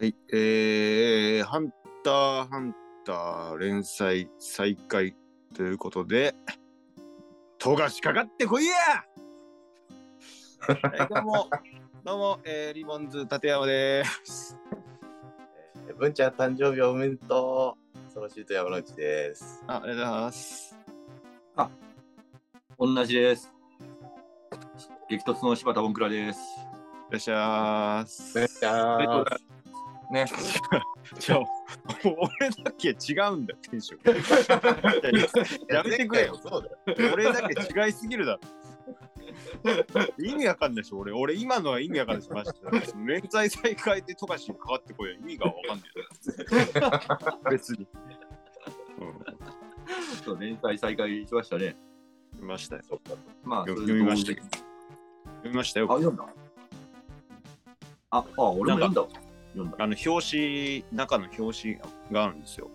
はい、ハンターハンター連載再開ということで、富樫かかってこいやはい、どうも、リボンズ立山です。 文ちゃん誕生日おめでとう。そのシート山之内です。 ありがとうございます。 同じです。激突の柴田ボンクラです。 いらっしゃいます。 お願いします。 ね。 じゃあ、俺だけ違うんだよ、テンション。やめてくれよ。 そうだよ。 俺だけ違いすぎるだろ。意味わかんないでしょ、俺今のは意味わかんないしました。連載再開で富樫にかかってこいよ。意味がわかんないよ。別に。 そう、連載再開しましたね。 見ましたよ。 まあ、 読みましたけど。読みましたよ。 読んだ。俺も読んだわ。 表紙、中の表紙があるんですよ。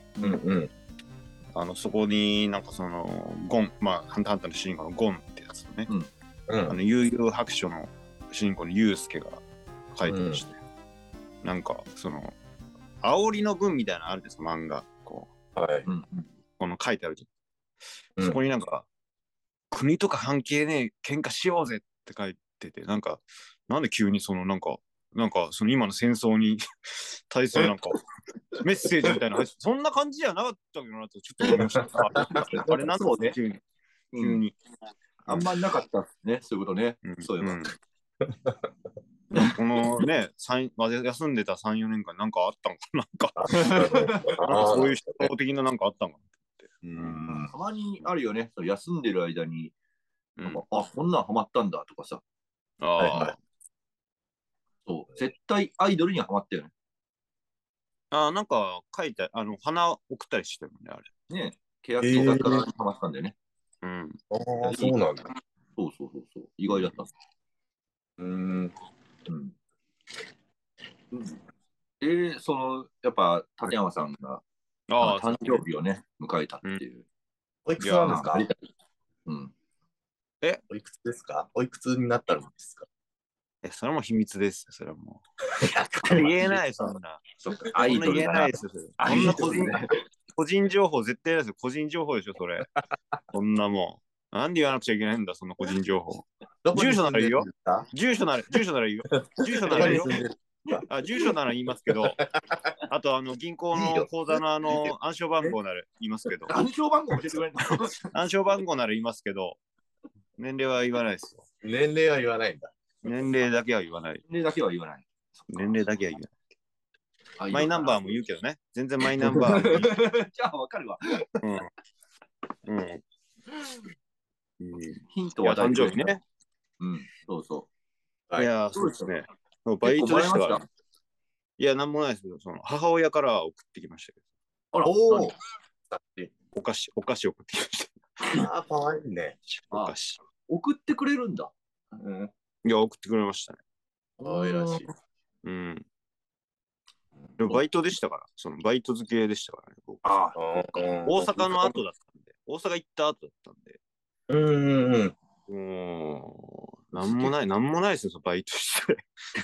そこになんかそのゴン、まあハンターハンターの主人公のゴンってやつとね、悠々白書の主人公のユウスケが書いてまして、なんかその煽りの文みたいなのあるんですよ、漫画こう、この書いてあると、そこになんか国とか関係ねえ喧嘩しようぜって書いてて、なんで急にそのなんかその今の戦争に対するなんかメッセージみたいな、そんな感じじゃなかったけどなとちょっと思いました。あれなんそうね、急に。 あんまりなかったね、そういうことね。そういえば。このね、休んでた3、4年間なんかあったのかそういう人的ななんかあったのかなって。 たまにあるよね、休んでる間に、こんなんハマったんだとかさ。そう、絶対アイドルにはハマったよね。 なんか書いて、花送ったりしてるもんね、あれ。 ね、契約金だからハマったんだよね。 そうなんだ。 そう。意外だった。やっぱ、立山さんが、誕生日をね、迎えたっていう。 おいくつなんですか？おいくつですか？おいくつになったんですか？ それも秘密です。それはもう。言えない、そんな。 アイドル言えないですよ。そんな個人情報絶対ですよ。個人情報でしょ、それ。そんなもん。なんで言わなくちゃいけないんだ、そんな個人情報。住所ならいいよ。住所ならいいよ。住所なら言いますけど、あと銀行の口座の暗証番号なら言いますけど。 暗証番号教えてくれんの？ 暗証番号なら言いますけど、年齢は言わないですよ。 年齢は言わないんだ。 年齢だけは言わない。 年齢だけは言わない。 マイナンバーも言うけどね。全然マイナンバー。 じゃあわかるわ。ヒントは誕生日ね。 そう。 いや、そうですね。バイトでしたから。いや、なんもないですけど、母親から送ってきましたけど。 お菓子送ってきました。 かわいいね。 お菓子。 送ってくれるんだ。 いや、送ってくれましたね。 かわいらしい。 でもバイトでしたから、バイト付けでしたからね。大阪の後だったんで、大阪行った後だったんで。なんもないですよ、バイトして。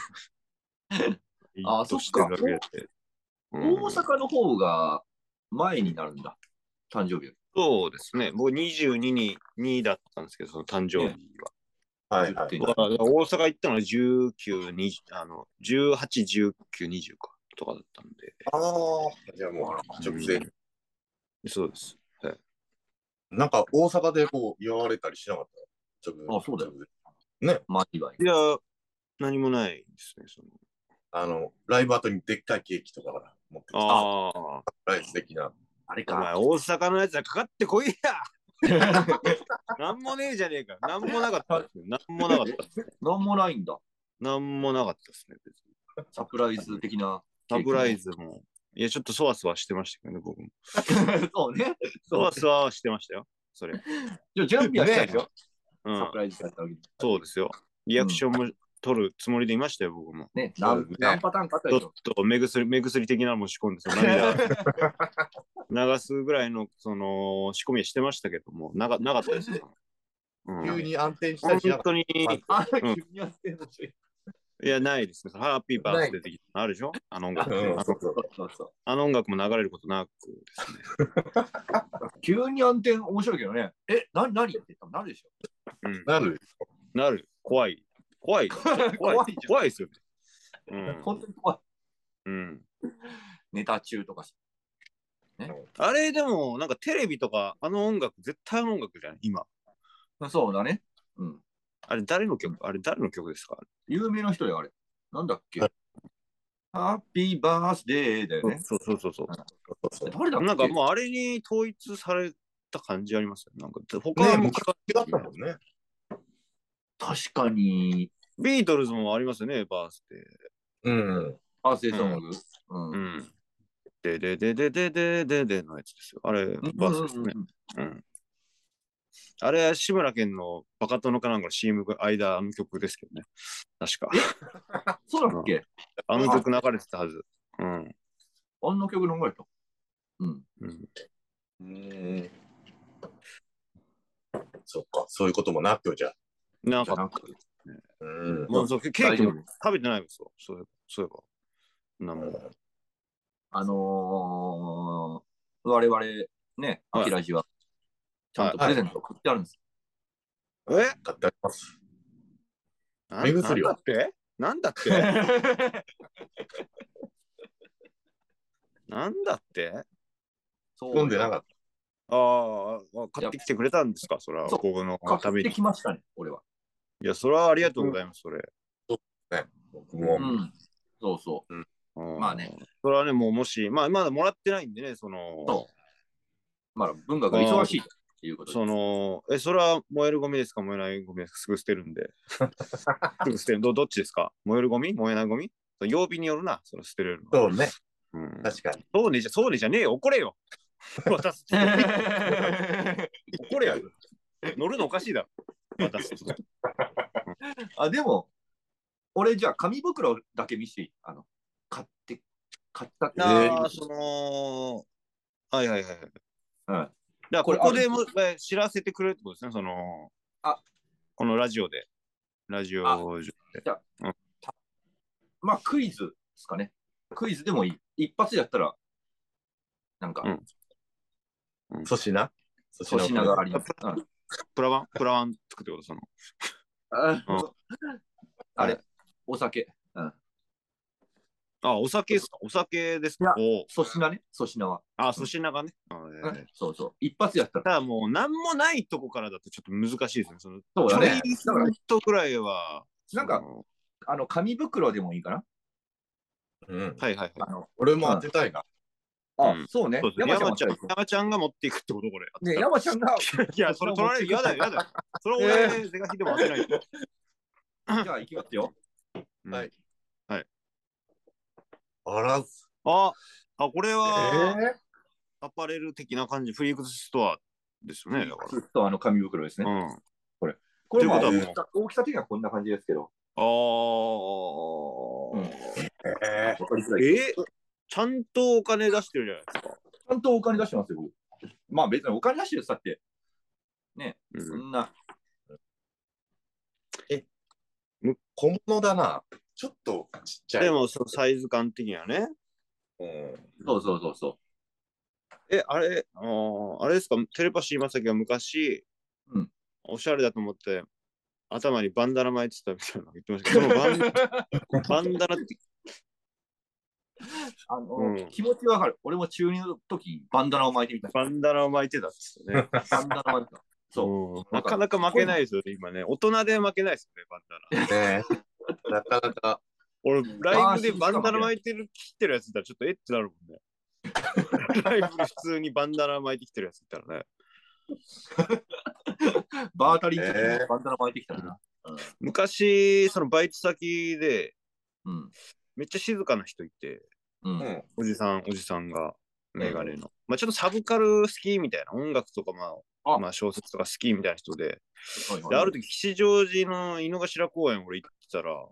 そっか。大阪の方が前になるんだ、誕生日。 そうですね。僕22にだったんですけど、その誕生日は。大阪行ったのは19、18、19、20かとかだったんで。 じゃあもう直前。 そうです。 なんか大阪でこう言われたりしなかった？ そうだよ。 ね。 いや、何もないですね。 ライブ後にでっかいケーキとかから持ってきて。サプライズ的な。 あれか。 お前、大阪のやつはかかってこいやなんもねえじゃねえか。なんもなかったですね。なんもないんだ。なんもなかったですね。別にサプライズ的な。 サプライズも。いや、ちょっとそわそわしてましたけどね、僕も。 そうね。 そわそわしてましたよ。それ。 準備はしたでしょ？ サプライズやったわけ。そうですよ。リアクションも取るつもりでいましたよ、僕も。 ね、何パターンかあったでしょ？ ちょっと目薬的なのも仕込んで、涙流すぐらいの仕込みしてましたけども、なかったですよ。 急に安定したし、 本当に、 急に安定のし。 いや、ないですね。ハッピーバースデー的なあるでしょあの音楽。あの音楽も流れることなくですね。 急に暗転面白いけどね。何って言ったらなるでしょ。 うん。なる。 なる。怖い。怖いですよね。 本当に怖い。 うん。 ネタ中とかね。あれでも、なんかテレビとか、あの音楽、絶対あの音楽じゃん、今。 そうだね。うん。 あれ誰の曲ですか？ 有名な人よ、あれ。なんだっけ。ハッピーバースデーだよね。 そう。 誰だっけ？ なんかもうあれに統一された感じありますよ。なんか他はもう違ったもんね。 確かに。 ビートルズもありますよね、バースデー。 うん。 バースデーソング。 うん。でのやつですよ。あれ、バースですね。うん。あれは志村けんのバカ殿かなんかの CM が間、あの曲ですけどね。確か。そうだっけ？ あの曲流れてたはず。うん。 あんな曲流れた。 そっか、そういうこともなくじゃ。 なかった。もうケーキも食べてないですよ。そういえば。 我々ね、アキラジはちゃんとプレゼントを買ってあるんです。 買ってあります。目薬はなんだって飲んでなかった。 ああ、買ってきてくれたんですか、それは。僕のために。買ってきましたね、俺は。 いや、それはありがとうございます、それ。 そうね、僕も。 そう。まあね。 それはね、もし、まだもらってないんでね、 まだ文学が忙しいということで。それは燃えるゴミですか、燃えないゴミですか、すぐ捨てるんで。すぐ捨てる。どっちですか？燃えるゴミ？燃えないゴミ？曜日によるな、その捨てれるの。 そうね。確かに。 そうねじゃねえよ、怒れよ。渡す。怒れよ。乗るのおかしいだろ。渡す。 でも、俺じゃあ紙袋だけ見せていい？買ったって。 はい。だここでも知らせてくれるってことですね、このラジオで。 まあ、クイズですかね。クイズでもいい。一発やったら、なんか、 粗品があります。 プラワン作ってこと、 あれ、お酒。 お酒ですか？お酒ですか？ 粗品ね、粗品は。 粗品がね。 そう。一発やったら。 ただもう、なんもないとこからだとちょっと難しいですね。 そうだね。 だから、人ぐらいは。 なんか、紙袋でもいいかな。 はい。 俺も当てたいな。 そうね。 山ちゃんが持っていくってことこれ。 ね、山ちゃんが。 いや、それ取られる。やだよ。それ俺、是が非でも当てないと。 じゃあ、いきますよ。 はい。 これは、アパレル的な感じ、フリークスストアですよね。 フリークスストアの紙袋ですね。これは大きさ的にはこんな感じですけど。 ちゃんとお金出してるじゃないですか。 ちゃんとお金出してますよ。まあ別にお金出してるさって、ね、そんな。 小物だな。ちょっとちっちゃい。 でも、サイズ感的にはね。 そう。 あれですか？テレパシーまさきは昔、おしゃれだと思って、頭にバンダナ巻いてたみたいなの言ってましたけど、バンダナって。 気持ちわかる。俺も中2の時、バンダナを巻いてみた。 バンダナを巻いてたんですよね。 バンダナ巻いてた。そう。 なかなか負けないですよね、今ね。大人で負けないですよね、バンダナ。 なかなか。 俺、ライブでバンダナ巻いてきてるやついたらちょっとってなるもんね。ライブで普通にバンダナ巻いてきてるやついたらね。 バータリングバンダナ巻いてきたな。 昔、そのバイト先で、めっちゃ静かな人いて、おじさんが、メガネの。まあちょっとサブカル好きみたいな、音楽とかまあ小説とか好きみたいな人で、ある時吉祥寺の井の頭公園俺行ってたら、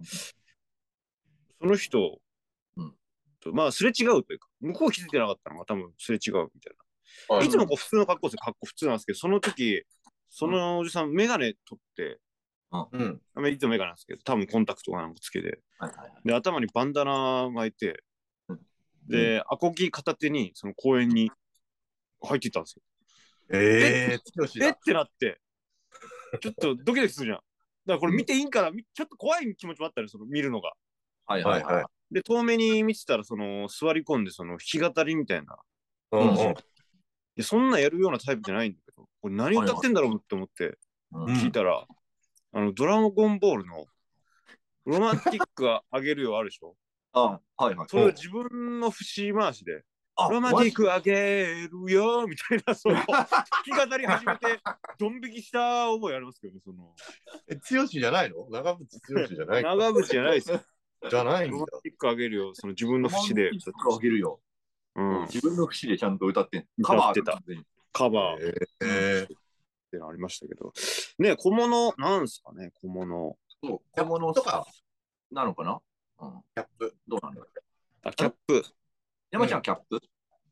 その人、まあすれ違うというか、向こう気づいてなかったのが多分すれ違うみたいな。いつも普通の格好ですよ、普通なんですけど、その時、そのおじさんメガネ取って、 いつもメガネなんですけど、多分コンタクトかなんかつけて、で、頭にバンダナ巻いて、で、アコギ片手に、その公園に入っていったんですよ。ってなって、ちょっとドキドキするじゃん。だからこれ見ていいんかな、ちょっと怖い気持ちもあったね、その見るのが。で、遠目に見てたら、その座り込んで、その弾き語りみたいな。そんなやるようなタイプじゃないんだけど、これ何歌ってんだろうって思って聞いたら、ドラゴンボールのロマンティックあげるよあるでしょ。それを自分の節回しで、ロマンティックあげるよみたいな、その弾き語り始めて、ドン引きした覚えありますけどね、その。 剛じゃないの？長渕剛じゃない？ 長渕じゃないですよ。 じゃないんだ。 ロマンティックあげるよ、その自分の節で。 あげるよ。自分の節でちゃんと歌ってん。 カバーってた。カバー。ってのありましたけど。ね、小物、なんすかね、小物。 小物とか、なのかな？ キャップ。 どうなんだろう。 あ、キャップ。 山ちゃんキャップ？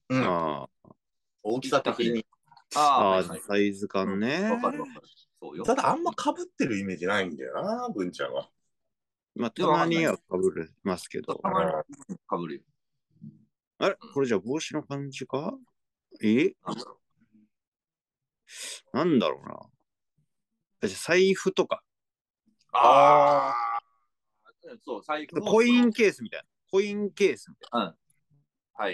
大きさ的に。 サイズ感ね。 ただあんま被ってるイメージないんだよな、文ちゃんは。 まあ、たまには被れますけど。 たまに被るよ。 あれこれじゃあ帽子の感じか？なんだろうな。財布とか。 そう、財布。 コインケースみたいな。コインケースみたいな。 はい。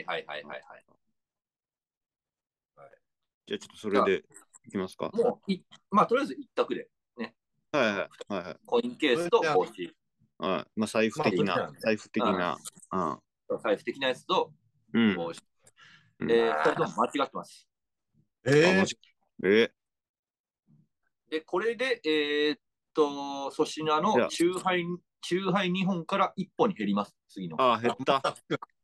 じゃあちょっとそれでいきますか。 もう、まあとりあえず一択で。ね。コインケースと帽子。 まあ財布的な。財布的な。 財布的なやつと帽子。2人とも間違ってます。で、これで、粗品のチューハイ2本から1本に減ります。次の。 減った。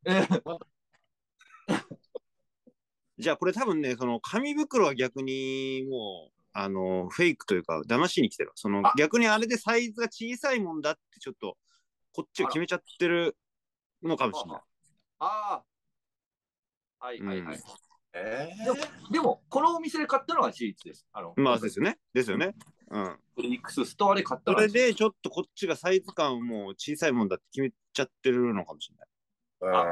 じゃあこれ多分ね、その紙袋は逆にもう、フェイクというか、騙しに来てる。その逆にあれでサイズが小さいもんだって、ちょっと、こっちが決めちゃってるのかもしれない。 はい。でも、このお店で買ったのは事実です。 まあですよね。 フリックスストアで買ったのそれでちょっとこっちがサイズ感をもう小さいもんだって決めちゃってるのかもしれない。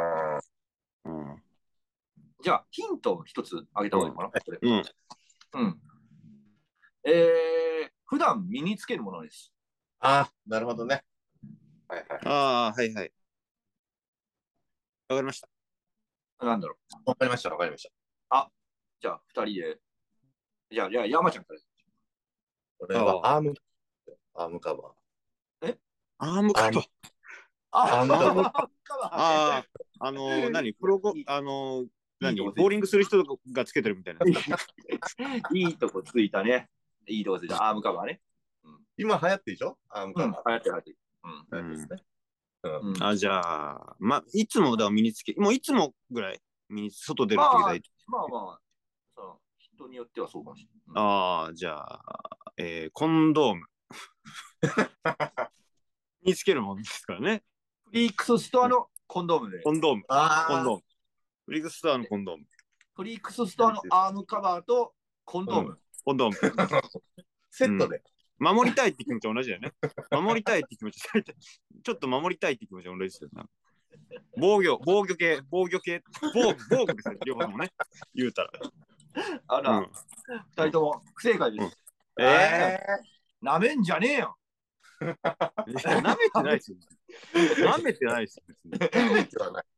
じゃあ、ヒントを一つあげた方がいいのかな？普段身につけるものです。 なるほどね。 はい。わかりました。 なんだろう。わかりました。 じゃあ、2人で。じゃあ、山ちゃんから。 これはアームカバー。アームカバー。何ボーリングする人がつけてるみたいな。 いいとこついたね。いいとこついた。アームカバーね。 今流行ってるでしょ？アームカバー。 流行ってる。 じゃあ、まあ、いつもだ身につけ、もういつもぐらい外出るときだい。 まあ、人によってはそうかもしれない。 じゃあ、コンドーム。身につけるもんですからね。 フリークスストアのコンドームで。 コンドーム。フリークスストアのコンドーム。 フリークスストアのアームカバーとコンドーム。 セットで。 守りたいって気持ちは同じだよね。守りたいって気持ち、ちょっと守りたいって気持ちは同じですよね。防御系、防御ですよ、両方ともね。言うたら。 2人とも不正解です。なめんじゃねえよ。 なめてないですよ。なめてないですよ。 なめてはない。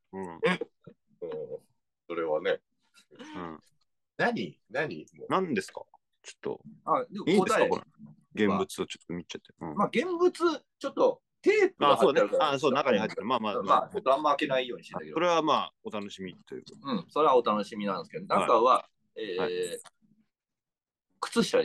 それはね。何ですかちょっと。 いいんですかこれ。 現物をちょっと見ちゃって。 まあ、現物、ちょっとテープが入ってるから。 そう、中に入ってる。まあ、 あんま開けないようにしてたけど。 それはまあ、お楽しみというか。 それはお楽しみなんですけど、中は、靴下です。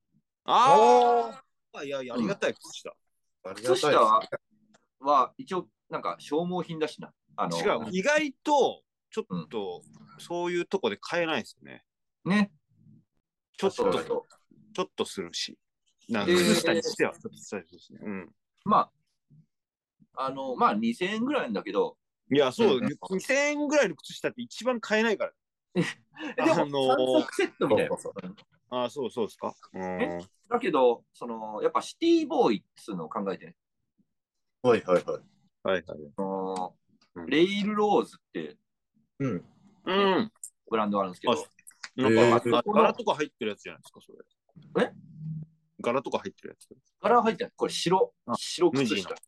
いや、ありがたい靴下。 靴下は一応、なんか消耗品だしな。 違う、意外と、ちょっと、そういうとこで買えないですよね。 ね。 ちょっとするし。靴下にしては、ちょっとしたいですね。 まあ、2000円ぐらいなんだけど。 いや、そう、2000円ぐらいの靴下って一番買えないから。 でも、3足セットみたいな。 あ、そうですか。 だけど、やっぱシティボーイっつうのを考えてね。 はいはいはい。 はいはい。 レイルローズって、 うん。 ブランドがあるんですけど。 なんか、柄とか入ってるやつじゃないですか、それ。柄とか入ってるやつ。 柄入ってる。これ白靴下。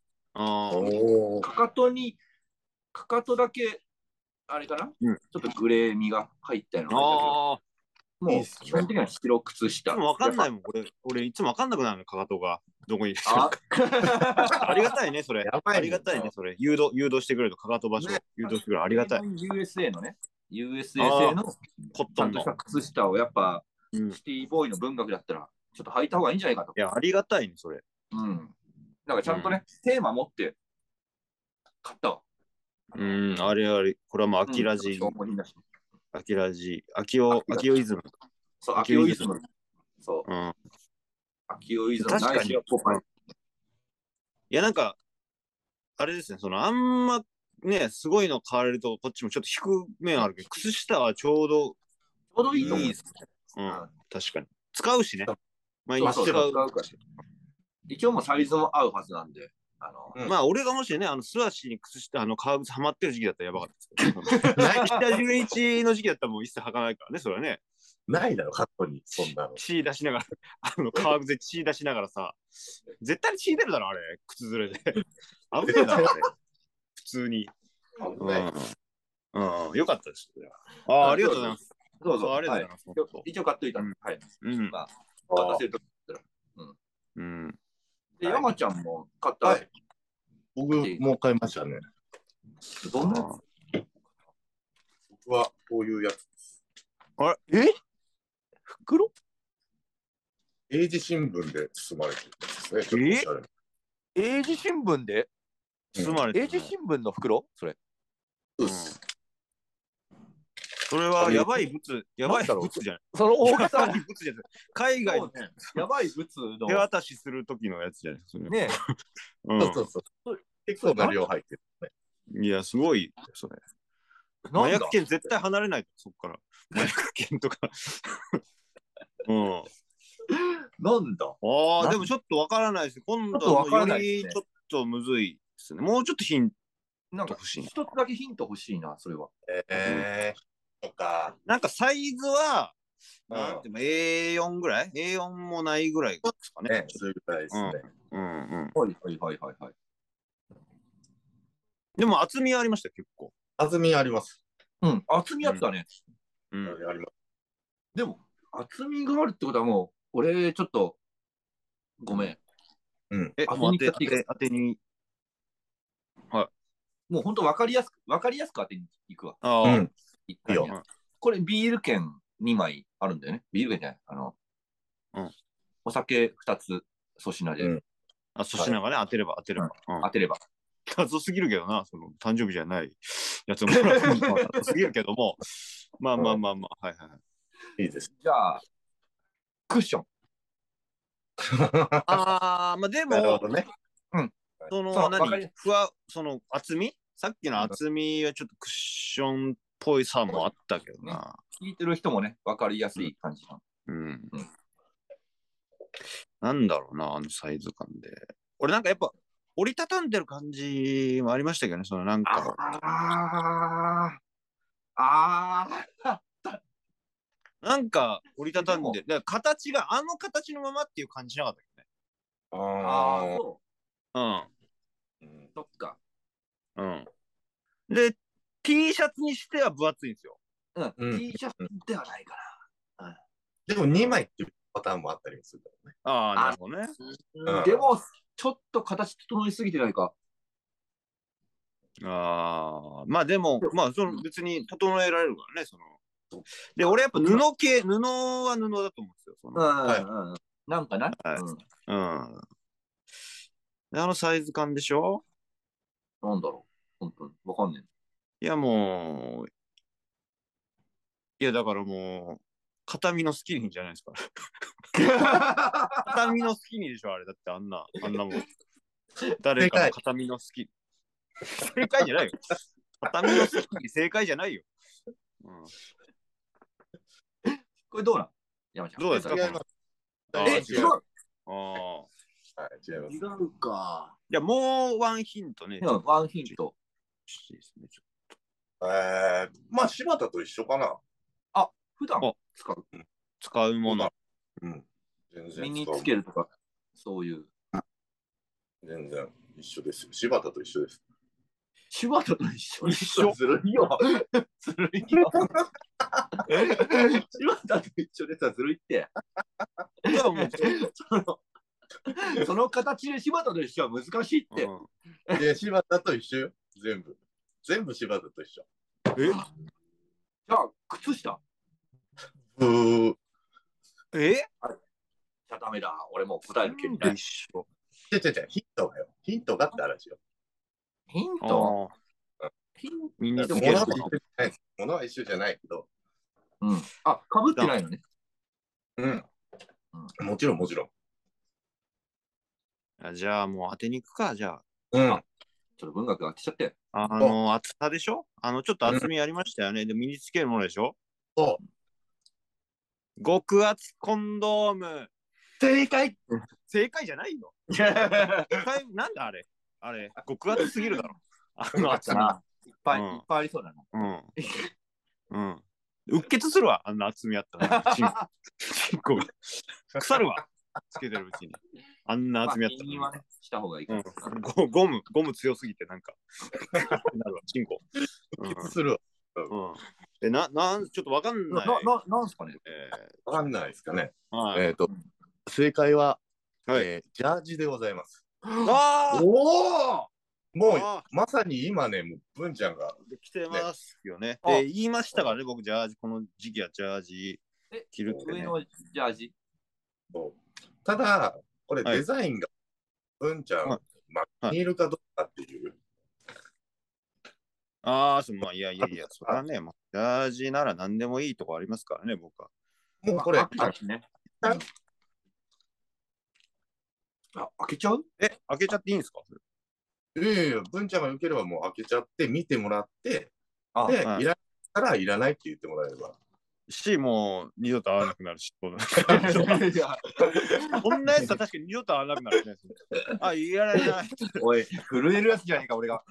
かかとだけ、あれかな、ちょっとグレー味が入ったような。もう基本的には白靴下。 いつもわかんないもん。俺いつもわかんなくなるの、かかとが。どこにいるか。ありがたいね、それ。ありがたいね、それ。誘導してくれると、かかと場所、誘導してくれる。ありがたい。 USA のね、USA 製のコットンの靴下をやっぱ、シティボーイの文学だったら、ちょっと履いた方がいいんじゃないかと。 いや、ありがたいね、それ。 だからちゃんとね、テーマ持って買ったわ。 あれ。これはもう、アキラジ。アキラジ。アキオイズム。 そう、アキオイズム。そう。アキオイズム。 確かに。いや、なんか、あれですね、あんまね、すごいの買われると、こっちもちょっと引く面あるけど、靴下はちょうどいいですね。確かに。使うしね。毎日使う。 一応もうサイズも合うはずなんで。 まあ、俺がもしね、素足に靴下、革靴はまってる時期だったらやばかったですけど、下11の時期だったらもう一切履かないからね、それはね。 ないだろ、過去に、そんなの。 血出しながら、革靴で血出しながらさ、絶対に血出るだろ、あれ、靴ずれで。危ねえだろ、あれ。普通に。よかったです。ありがとうございます。 どうぞ。 ありがとうございます。 一応買っといた。はい。まあ、渡せるとったら。で、山ちゃんも買った。 僕も買いましたね。 どんなやつ？ 僕はこういうやつです。 あれ？ 袋？ 英字新聞で包まれてるんですね。 英字新聞で包まれてる。 英字新聞の袋？それ。 それはやばい物じゃない。 その大型やばい物じゃない。海外のやばい物の手渡しする時のやつじゃないですかね。 そう結構な量入ってるね。いや、すごい、それ。麻薬犬絶対離れない、そっから。麻薬犬とか。 なんだ。 でもちょっとわからないです。今度はよりちょっとむずいですね。もうちょっとヒント欲しい。 一つだけヒント欲しいな、それは。 なんかサイズは、なんていうの A4 ぐらい ?A4 もないぐらいですかね。 そういうぐらいですね。 はい。 でも厚みはありました、結構。 厚みあります。 厚みあったね。でも、厚みがあるってことはもう、俺、ちょっと、ごめん。 当てに。はい。 もう本当分かりやすく当てにいくわ。 いいよ。 これ、ビール券2枚あるんだよね。ビール券じゃない。お酒2つ、粗品で。 粗品がね、当てれば。 当てれば。 謎すぎるけどな、誕生日じゃないやつもらうのは謎すぎるけども。まあ。はい。 いいです。 じゃあ、クッション。 まあでも、 なるほどね。 厚みさっきの厚みはちょっとクッションっぽいさもあったけどな。 聞いてる人もね、分かりやすい感じな。 なんだろうな、サイズ感で。俺なんかやっぱ、折りたたんでる感じもありましたけどね、なんか。なんか折りたたんで、形が形のままっていう感じしなかったけどね。 そう。そっか。 で、T シャツにしては分厚いんですよ。 T シャツではないかな。 でも2枚っていうパターンもあったりもするからね。なるほどね。 でも、ちょっと形整いすぎてないか。 まあでも、別に整えられるからね、で、俺やっぱ布は布だと思うんですよ。 なんかな。 サイズ感でしょ？ なんだろう。本当に。わかんねえ。いやもう、だからもう、片身のスキニーじゃないですか。片身のスキニーでしょ、あれ。だってあんなもん。誰かの片身のスキニー。正解じゃないよ。片身のスキニー正解じゃないよ。 これどうなん？ 山ちゃん。 どうですか？ 違います。 違う。 ああ。 はい、違います。 違うか。 じゃあもうワンヒントね。 ワンヒント。 いいですね。 まあ、柴田と一緒かな。 あ、普段使う。 使うもの。 うん。全然身につけるとか、そういう。 全然一緒ですよ。柴田と一緒です。 柴田と一緒。 一緒ずるいよ。ずるいよ。柴田と一緒でさ、ずるいって。 じゃあもうその形で柴田と一緒は難しいって。 いや、柴田と一緒よ。全部。全部柴田と一緒。 じゃあ、靴下。 ブー。 じゃあダメだ。俺もう答えの権利ない。 一緒。 違う、ヒントがよ。ヒントがって話よ。 ヒント身につ物けるもの。 は一緒じゃない。物は一緒じゃないけど。 うん。あ、かぶってないのね。 うん。もちろん、もちろん。 じゃあもう当てに行くか、じゃあ。 うん。 ちょっと文学当てちゃって。 厚さでしょ？ちょっと厚みありましたよね。で、身につけるものでしょ？ そう。 極厚コンドーム。 正解正解じゃないよ。なんだあれ極厚すぎるだろ。厚み。 いっぱいありそうだな。 うん。うっ血するわ、あんな厚みあったら。チンコが。腐るわ。つけてるうちに。あんな厚みあったら。 まあ、ね、した方がいいかゴム強すぎてなんか。なるわ、チンコ。 うっ血するわ。 ちょっとわかんない。 なんすかねわかんないですかね。 はい。 正解は、 はいジャージでございます。 おおもう、まさに今ね、もう文ちゃんが。 来てますよね。で、言いましたからね、僕、ジャージ、この時期はジャージ着るってね。 上のジャージただ、これデザインが、文ちゃん、気に入るかどうかっていう。 まあ、いや、それはね、もう、ジャージなら何でもいいとこありますからね、僕は。 もうこれ、 開けちゃう？ 開けちゃっていいんですか？ いや、文ちゃんが良ければもう開けちゃって見てもらって、で、いらないからいらないって言ってもらえれば。 もう二度と会わなくなるし、こんなやつは確かに二度と会わなくなるね。いらないな。 おい、震えるやつじゃねえか、俺が。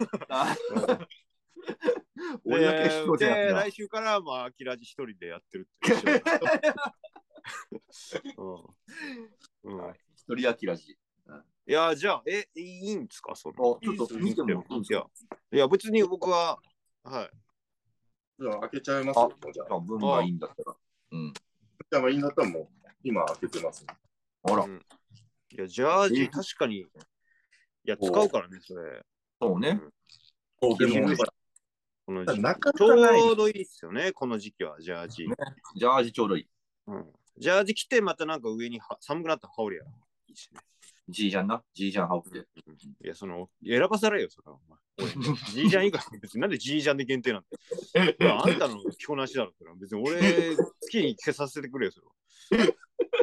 俺だけ一人で。来週からはもうアキラジ一人でやってるって。 一人アキラジ。 いや、じゃあ、いいんですか？ちょっと見てもいや、別に僕は、はい。 じゃあ開けちゃいますよ。 じゃあ、文がいいんだったら。 文ちゃんがいいんだったらもう、今開けてます。 あら。 いや、ジャージ、確かに、いや、使うからね、それ。 そうね。 この時期。ちょうどいいっすよね、この時期は、ジャージ。 ジャージちょうどいい。 ジャージ着て、またなんか上に寒くなったら羽織りゃいいしね。 ジージャンな。ジージャン羽織って。 いや、選ばされよ、それは。ジージャン以外、別になんでジージャンで限定なんて。あんたの着こなしだろ、それは。別に俺、好きに着せさせてくれよ、それは。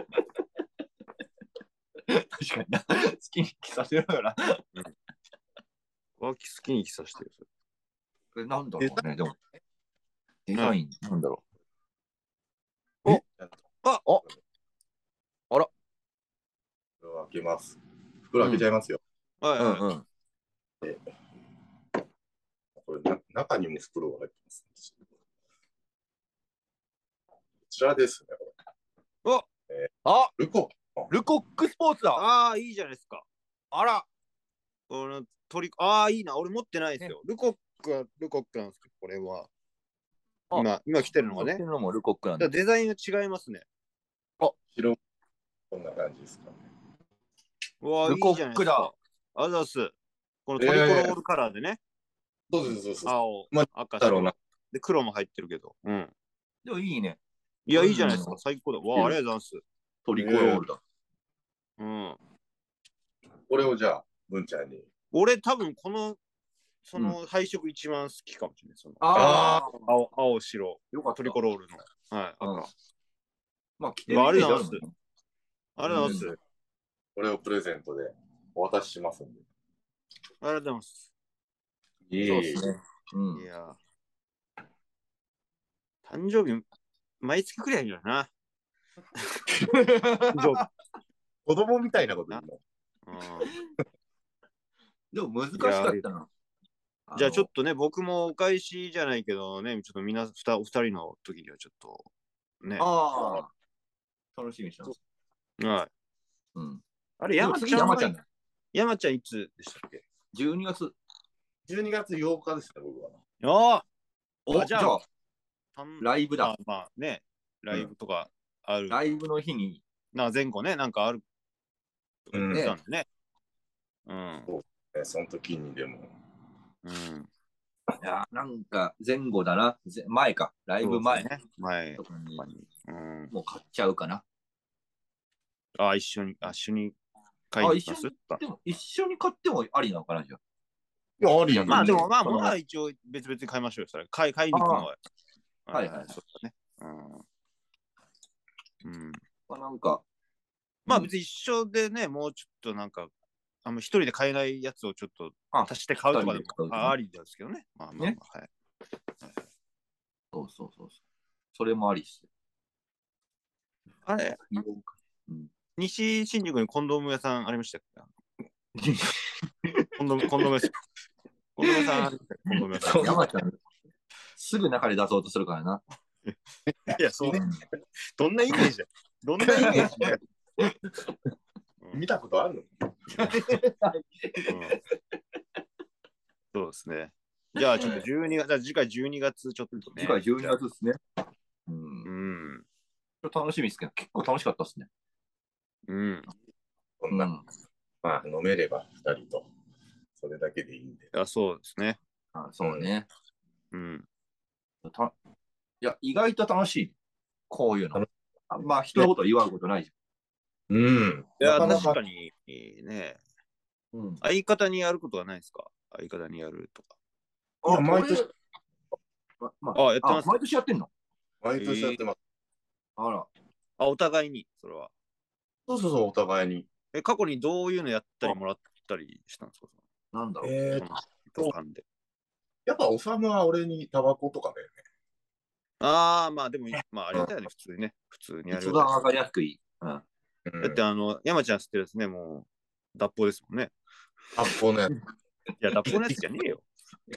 確かにな。好きに着させろよな。 好きに着させてよ、それ。 なんだろうね、でも。デザイン、なんだろう。 あら。 開けます。袋開けちゃいますよ。これ中にも袋が入ってます。こちらですね。 ルコックスポーツだ。 いいじゃないですか。 あら。 いいな。俺持ってないですよ。ルコックはルコックなんですけど、これは。今着てるのがね。 ルコックなんだ。 デザインが違いますね。 白、こんな感じですかね。 ルコックだ。 あざす。このトリコロールカラーでね。 そうです。 青、赤、 白。 で、黒も入ってるけど。 でもいいね。 いや、いいじゃないですか。最高だ。ありがとうございます。 トリコロールだ。 これをじゃあ、文ちゃんに。 俺、多分その配色一番好きかもしれない。青、白、トリコロールの。赤。 まあ、着てる。 ありがとうございます。ありがとうございます。 これをプレゼントでお渡ししますんで。 ありがとうございます。 そうですね。 いや。誕生日、毎月くらいやな。 子供みたいなこと言うの。 でも難しかったな。 じゃあちょっとね、僕もお返しじゃないけどね、ちょっとお二人の時にはちょっとね。 ああ。楽しみにしてます。 はい。 うん。 あれ、山ちゃんいつでしたっけ？ 12月。 12月8日ですね、僕は。 じゃあ、ライブだ。 まあね、ライブとかある。 ライブの日に。 前後ね、なんかある。 ね。 うん。 そうね、その時にでも。 うん。 いや、なんか前後だな。前か。ライブ前。 前とかに。もう買っちゃうかな。 一緒に買いに行きます？ 一緒に買ってもありなのかな、じゃあ。 いや、ありやまあでもまあ一応別々に買いましょうよ、それ。買いに行くのは。 はいはい。 そうだね。 なんか。 まあ別に一緒でね、もうちょっとなんか、一人で買えないやつをちょっと足して買うとかでもありですけどね。まあはい。 そう。それもありっす。 あれ西新宿にコンドーム屋さんありましたっけ？コンドーム屋さん。コンドーム屋さん。 山ちゃん、すぐ中で出そうとするからな。 いや、そう。どんなイメージだよ。 見たことあるの？ そうですね。じゃあちょっと12月、次回12月ちょっとね。 次回12月ですね。楽しみですけど、結構楽しかったですね。 そんな、まあ飲めれば2人と、それだけでいいんで。 そうですね。 そうね。いや、意外と楽しい。こういうの。まあ、人のこと言わんことないじゃん。いや、確かにね。相方にやることはないですか？相方にやるとか。 毎年。 やってます。 毎年やってんの？ 毎年やってます。 あら。 お互いに、それは。 そう、お互いに。 過去にどういうのやったりもらったりしたんですか？ なんだろう。 やっぱ、おさむは俺にタバコとかだよね。 まあでも、ありがたいよね、普通にね。普通にやる。 一番わかりやすくいい。 だって山ちゃん知ってるですね、もう、脱法ですもんね。 脱法のやつ。 いや、脱法のやつじゃねえよ。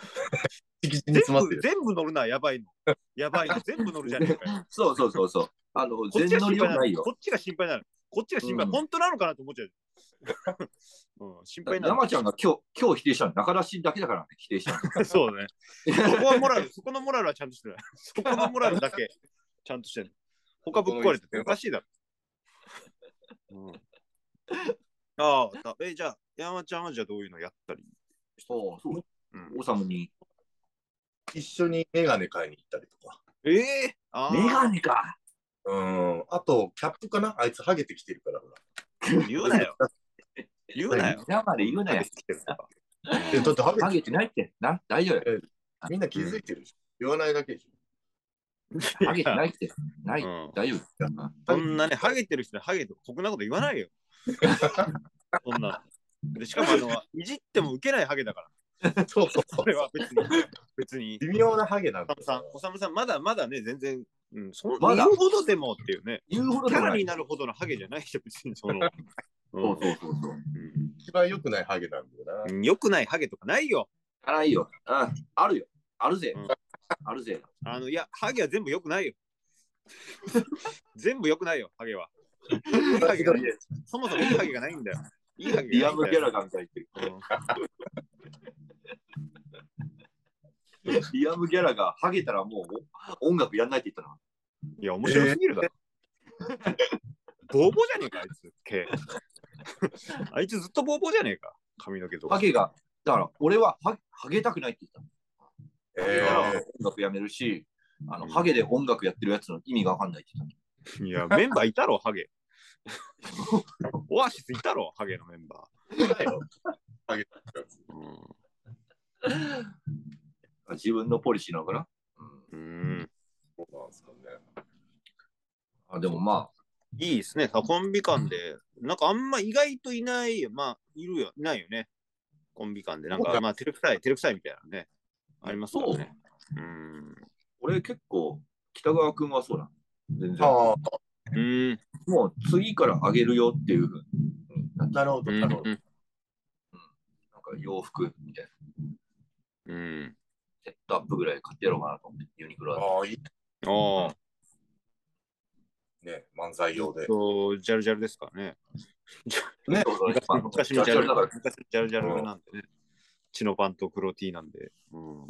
全部乗るな、やばいの。全部乗るじゃねえかよ。 そう。全乗りはないよ。 こっちが心配なの。本当なのかなと思っちゃう。心配なの。 山ちゃんが今日否定したの、中出しだけだからね、否定したの。そうね。そこのモラルはちゃんとしてる。そこのモラルだけちゃんとしてる。他ぶっ壊れてておかしいだろ。じゃあ、山ちゃんはじゃあどういうのやったり？ そう。おさむに。 一緒にメガネ買いに行ったりとか。 メガネか。 あと、キャップかな？あいつハゲてきてるから。 言うなよ。 生で言うなよ。 だってハゲてないって。大丈夫。 みんな気づいてるし。言わないだけでしょ。ハゲてないって。大丈夫。 そんなね、ハゲてる人でハゲてこんなこと言わないよ。そんな。しかもいじっても受けないハゲだから。 そう。 それは別に。 微妙なハゲなんだ。 おさむさん、まだね、全然、そんな言うほどでもっていうね。 言うほどキャラになるほどのハゲじゃない人、別にその。 そう。 一番良くないハゲなんだよな。良くないハゲとかないよ。 ないよ。あるよ。あるぜ。あるぜ。 いや、ハゲは全部良くないよ。全部良くないよ、ハゲは。そもそもいいハゲがないんだよ。いいハゲリアム・ギャラガーみたいに言ってる。リアム・ギャラがハゲたらもう音楽やんないって言ったな。 いや、面白すぎるだろ。ボーボーじゃねえか、あいつ。あいつずっとボーボーじゃねえか、髪の毛とか。 ハゲが、だから俺はハゲたくないって言った。音楽やめるし、ハゲで音楽やってるやつの意味がわかんないって言った。 いや、メンバーいたろ、ハゲ。オアシスいたろ、ハゲのメンバー。いたよ。ハゲた自分のポリシーなのかな。 そうなんですかね。 でもまあ。 いいですね、コンビ間で。なんかあんま意外といないよ。まあ、いないよね。コンビ間で。なんか、まあ、照れくさいみたいなね。ありますからね。 俺結構、北川君はそうだ。全然。 もう次からあげるよっていうふうになるほど、なるほど。 なんか洋服みたいな。セットアップぐらい買ってやろうかなと思って、ユニクロだと。 ああ、いい。ね、漫才用で。 ジャルジャルですからね。 ね、 昔のジャルジャルなんでね。チノパンと黒 T なんで。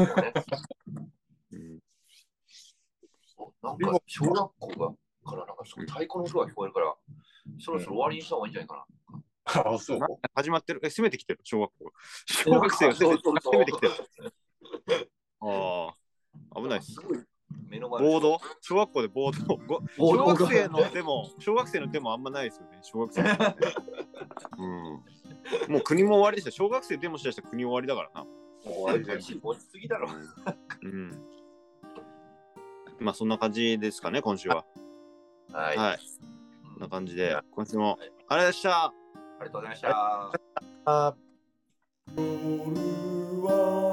なんか小学校からなんか太鼓の音が聞こえるから、そろそろ終わりにした方がいいんじゃないかな。あ、そう。 始まってる。攻めてきてる、小学校。小学生が攻めてきてる。ああ、危ないっす。ボード小学校でボード小学生のデモあんまないですよね。小学生、ね。もう国も終わりですよ。小学生デモしだしたら国終わりだからな。 終わりで。落ちすぎだろ。 まあそんな感じですかね、今週は。 はい。 こんな感じで、今週もありがとうございました。 ありがとうございました。